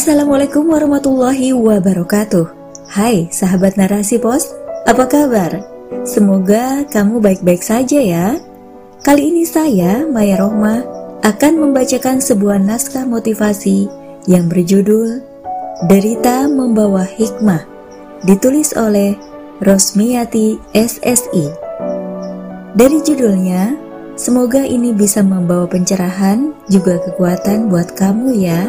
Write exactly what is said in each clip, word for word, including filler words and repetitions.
Assalamualaikum warahmatullahi wabarakatuh. Hai sahabat Narasi Pos, apa kabar? Semoga kamu baik-baik saja ya. Kali ini saya, Maya Rohmah, akan membacakan sebuah naskah motivasi yang berjudul Derita Membawa Hikmah, ditulis oleh Rosmiati S S I. Dari judulnya, semoga ini bisa membawa pencerahan juga kekuatan buat kamu ya.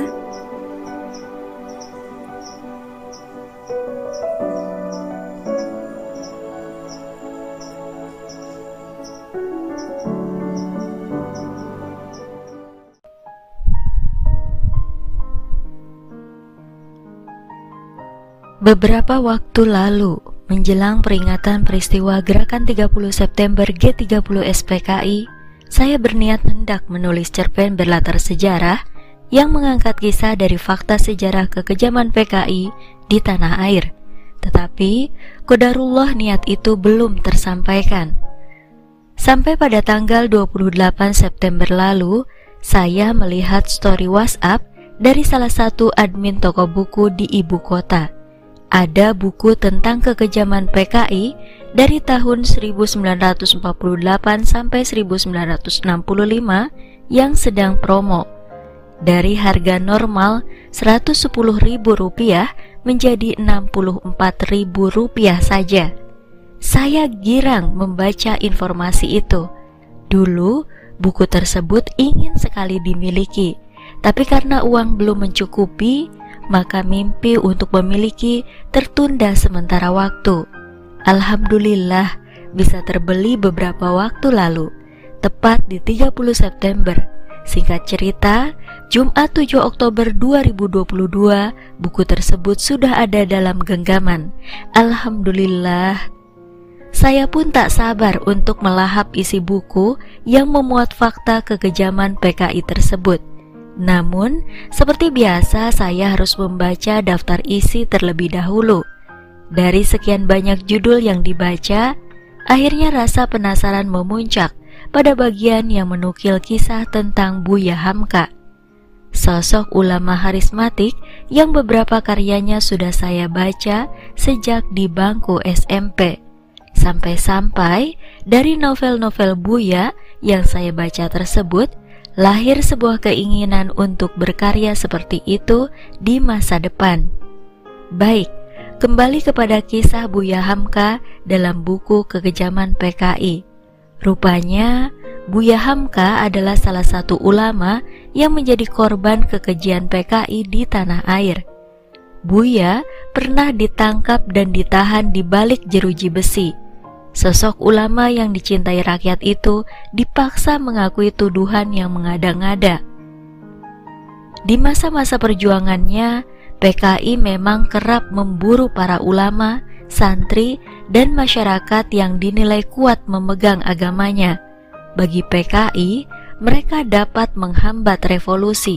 Beberapa waktu lalu, menjelang peringatan peristiwa Gerakan tiga puluh September G tiga puluh S P K I, saya berniat hendak menulis cerpen berlatar sejarah yang mengangkat kisah dari fakta sejarah kekejaman P K I di tanah air. Tetapi, qadarullah niat itu belum tersampaikan. Sampai pada tanggal dua puluh delapan September lalu, saya melihat story WhatsApp dari salah satu admin toko buku di ibu kota. Ada buku tentang kekejaman P K I dari tahun seribu sembilan ratus empat puluh delapan sampai seribu sembilan ratus enam puluh lima yang sedang promo. Dari harga normal seratus sepuluh ribu rupiah menjadi enam puluh empat ribu rupiah saja. Saya girang membaca informasi itu. Dulu buku tersebut ingin sekali dimiliki, tapi karena uang belum mencukupi, maka mimpi untuk memiliki tertunda sementara waktu. Alhamdulillah bisa terbeli beberapa waktu lalu, tepat di tiga puluh September. Singkat cerita, Jumat tujuh Oktober dua ribu dua puluh dua, buku tersebut sudah ada dalam genggaman. Alhamdulillah. Saya pun tak sabar untuk melahap isi buku yang memuat fakta kekejaman P K I tersebut. Namun, seperti biasa saya harus membaca daftar isi terlebih dahulu. Dari sekian banyak judul yang dibaca, akhirnya rasa penasaran memuncak pada bagian yang menukil kisah tentang Buya Hamka, sosok ulama karismatik yang beberapa karyanya sudah saya baca sejak di bangku S M P. Sampai-sampai dari novel-novel Buya yang saya baca tersebut, lahir sebuah keinginan untuk berkarya seperti itu di masa depan. Baik, kembali kepada kisah Buya Hamka dalam buku Kekejaman P K I. Rupanya, Buya Hamka adalah salah satu ulama yang menjadi korban kekejian P K I di tanah air. Buya pernah ditangkap dan ditahan di balik jeruji besi. Sosok ulama yang dicintai rakyat itu dipaksa mengakui tuduhan yang mengada-ngada. Di masa-masa perjuangannya, P K I memang kerap memburu para ulama, santri, dan masyarakat yang dinilai kuat memegang agamanya. Bagi P K I, mereka dapat menghambat revolusi.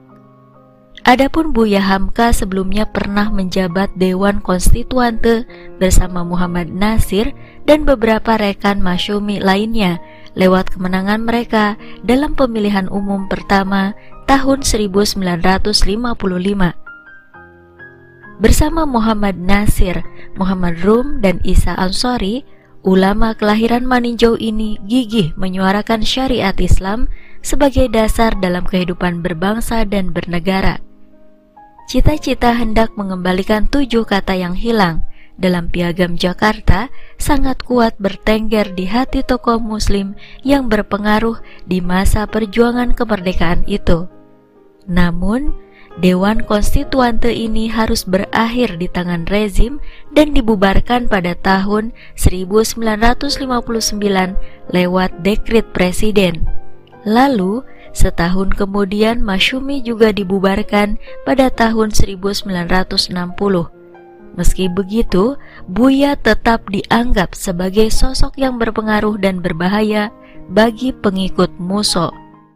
Adapun Buya Hamka sebelumnya pernah menjabat Dewan Konstituante bersama Muhammad Nasir dan beberapa rekan masyumi lainnya lewat kemenangan mereka dalam pemilihan umum pertama tahun seribu sembilan ratus lima puluh lima. Bersama Muhammad Nasir, Muhammad Rum, dan Isa Ansori, ulama kelahiran Maninjau ini gigih menyuarakan syariat Islam sebagai dasar dalam kehidupan berbangsa dan bernegara. Cita-cita hendak mengembalikan tujuh kata yang hilang dalam Piagam Jakarta sangat kuat bertengger di hati tokoh muslim yang berpengaruh di masa perjuangan kemerdekaan itu. Namun, Dewan Konstituante ini harus berakhir di tangan rezim dan dibubarkan pada tahun seribu sembilan ratus lima puluh sembilan lewat dekret presiden. Lalu, setahun kemudian masyumi juga dibubarkan pada tahun seribu sembilan ratus enam puluh. Meski begitu, Buya tetap dianggap sebagai sosok yang berpengaruh dan berbahaya bagi pengikut Muso.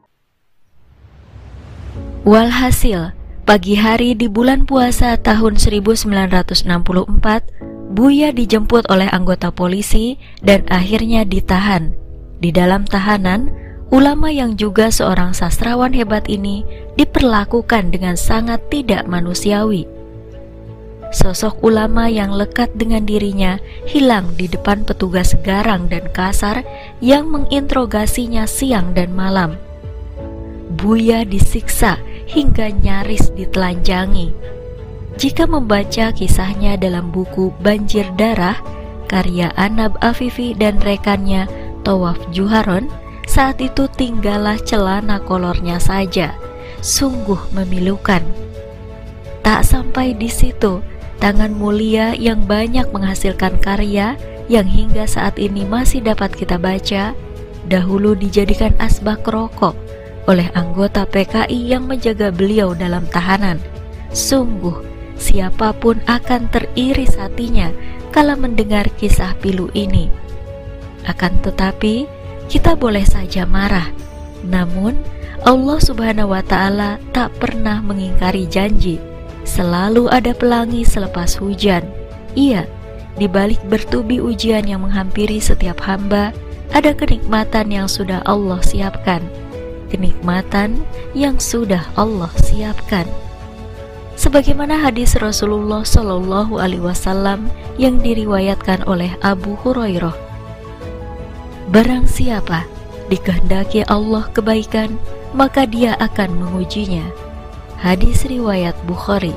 Walhasil, pagi hari di bulan puasa tahun seribu sembilan ratus enam puluh empat, Buya dijemput oleh anggota polisi dan akhirnya ditahan. Di dalam tahanan, ulama yang juga seorang sastrawan hebat ini diperlakukan dengan sangat tidak manusiawi. Sosok ulama yang lekat dengan dirinya hilang di depan petugas garang dan kasar yang menginterogasinya siang dan malam. Buya disiksa hingga nyaris ditelanjangi. Jika membaca kisahnya dalam buku Banjir Darah, karya Anab Afifi dan rekannya Tawaf Juharon, saat itu tinggallah celana kolornya saja. Sungguh memilukan. Tak sampai di situ, tangan mulia yang banyak menghasilkan karya yang hingga saat ini masih dapat kita baca, dahulu dijadikan asbak rokok oleh anggota P K I yang menjaga beliau dalam tahanan. Sungguh, siapapun akan teriris hatinya kala mendengar kisah pilu ini. Akan tetapi, kita boleh saja marah. Namun, Allah Subhanahu wa Ta'ala tak pernah mengingkari janji. Selalu ada pelangi selepas hujan. Iya, di balik bertubi ujian yang menghampiri setiap hamba, ada kenikmatan yang sudah Allah siapkan. Kenikmatan yang sudah Allah siapkan. Sebagaimana hadis Rasulullah Shallallahu Alaihi Wasallam yang diriwayatkan oleh Abu Hurairah, barang siapa dikehendaki Allah kebaikan, maka Dia akan mengujinya. Hadis riwayat Bukhari.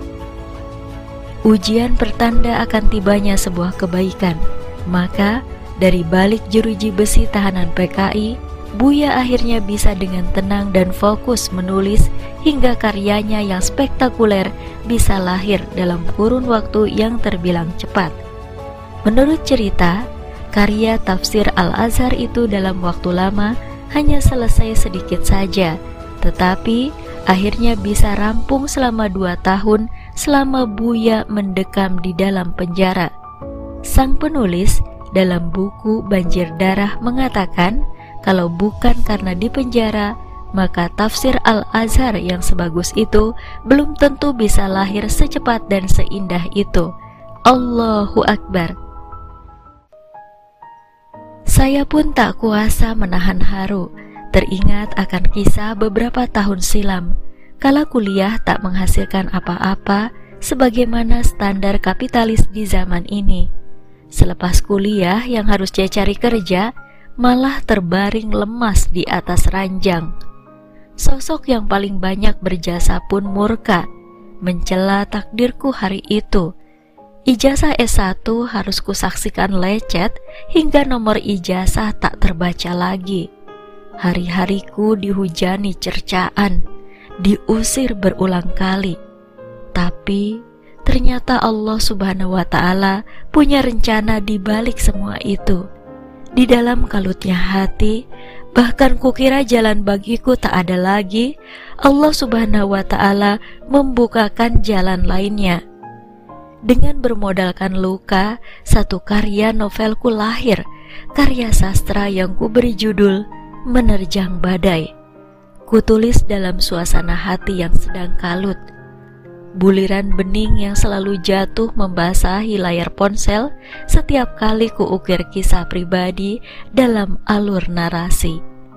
Ujian pertanda akan tibanya sebuah kebaikan. Maka dari balik jeruji besi tahanan P K I, Buya akhirnya bisa dengan tenang dan fokus menulis hingga karyanya yang spektakuler bisa lahir dalam kurun waktu yang terbilang cepat. Menurut cerita, karya tafsir Al-Azhar itu dalam waktu lama hanya selesai sedikit saja, tetapi akhirnya bisa rampung selama dua tahun selama Buya mendekam di dalam penjara. Sang penulis dalam buku Banjir Darah mengatakan, kalau bukan karena di penjara, maka tafsir Al-Azhar yang sebagus itu belum tentu bisa lahir secepat dan seindah itu. Allahu Akbar. Saya pun tak kuasa menahan haru, teringat akan kisah beberapa tahun silam, kala kuliah tak menghasilkan apa-apa sebagaimana standar kapitalis di zaman ini. Selepas kuliah yang harusnya cari kerja, malah terbaring lemas di atas ranjang. Sosok yang paling banyak berjasa pun murka, mencela takdirku hari itu. Ijazah S satu harus kusaksikan lecet hingga nomor ijazah tak terbaca lagi. Hari-hariku dihujani cercaan, diusir berulang kali. Tapi ternyata Allah Subhanahu wa Ta'ala punya rencana di balik semua itu. Di dalam kalutnya hati, bahkan kukira jalan bagiku tak ada lagi, Allah Subhanahu wa Ta'ala membukakan jalan lainnya. Dengan bermodalkan luka, satu karya novelku lahir, karya sastra yang kuberi judul Menerjang Badai. Kutulis dalam suasana hati yang sedang kalut. Buliran bening yang selalu jatuh membasahi layar ponsel setiap kali kuukir kisah pribadi dalam alur narasi.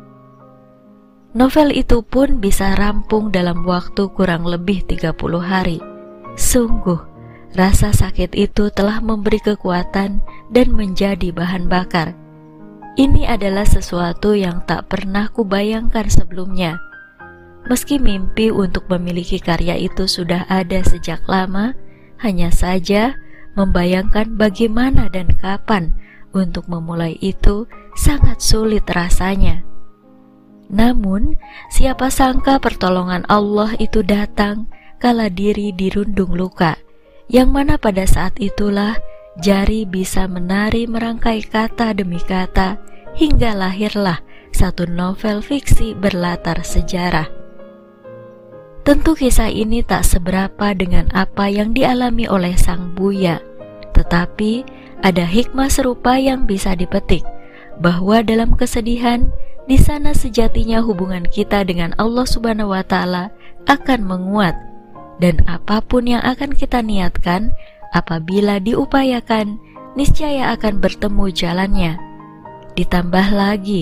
Novel itu pun bisa rampung dalam waktu kurang lebih tiga puluh hari. Sungguh, rasa sakit itu telah memberi kekuatan dan menjadi bahan bakar. Ini adalah sesuatu yang tak pernah kubayangkan sebelumnya. Meski mimpi untuk memiliki karya itu sudah ada sejak lama, hanya saja membayangkan bagaimana dan kapan untuk memulai itu sangat sulit rasanya. Namun, siapa sangka pertolongan Allah itu datang kala diri dirundung luka, yang mana pada saat itulah jari bisa menari merangkai kata demi kata hingga lahirlah satu novel fiksi berlatar sejarah. Tentu kisah ini tak seberapa dengan apa yang dialami oleh sang Buya, tetapi ada hikmah serupa yang bisa dipetik, bahwa dalam kesedihan, di sana sejatinya hubungan kita dengan Allah Subhanahu wa Ta'ala akan menguat, dan apapun yang akan kita niatkan, apabila diupayakan, niscaya akan bertemu jalannya. Ditambah lagi,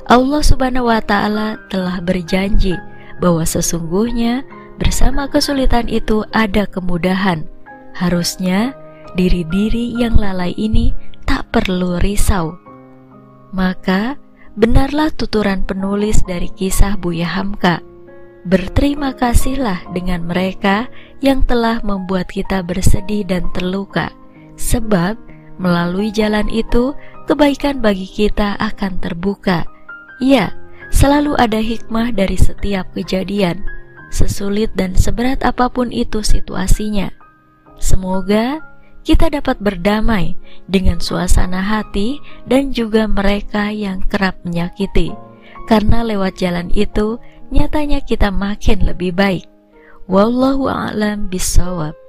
Allah Subhanahu wa Ta'ala telah berjanji bahwa sesungguhnya bersama kesulitan itu ada kemudahan. Harusnya diri-diri yang lalai ini tak perlu risau. Maka benarlah tuturan penulis dari kisah Buya Hamka. Berterima kasihlah dengan mereka yang telah membuat kita bersedih dan terluka, sebab melalui jalan itu kebaikan bagi kita akan terbuka. Ya, selalu ada hikmah dari setiap kejadian, sesulit dan seberat apapun itu situasinya. Semoga kita dapat berdamai dengan suasana hati dan juga mereka yang kerap menyakiti, karena lewat jalan itu nyatanya kita makin lebih baik. Wallahu a'lam bishawab.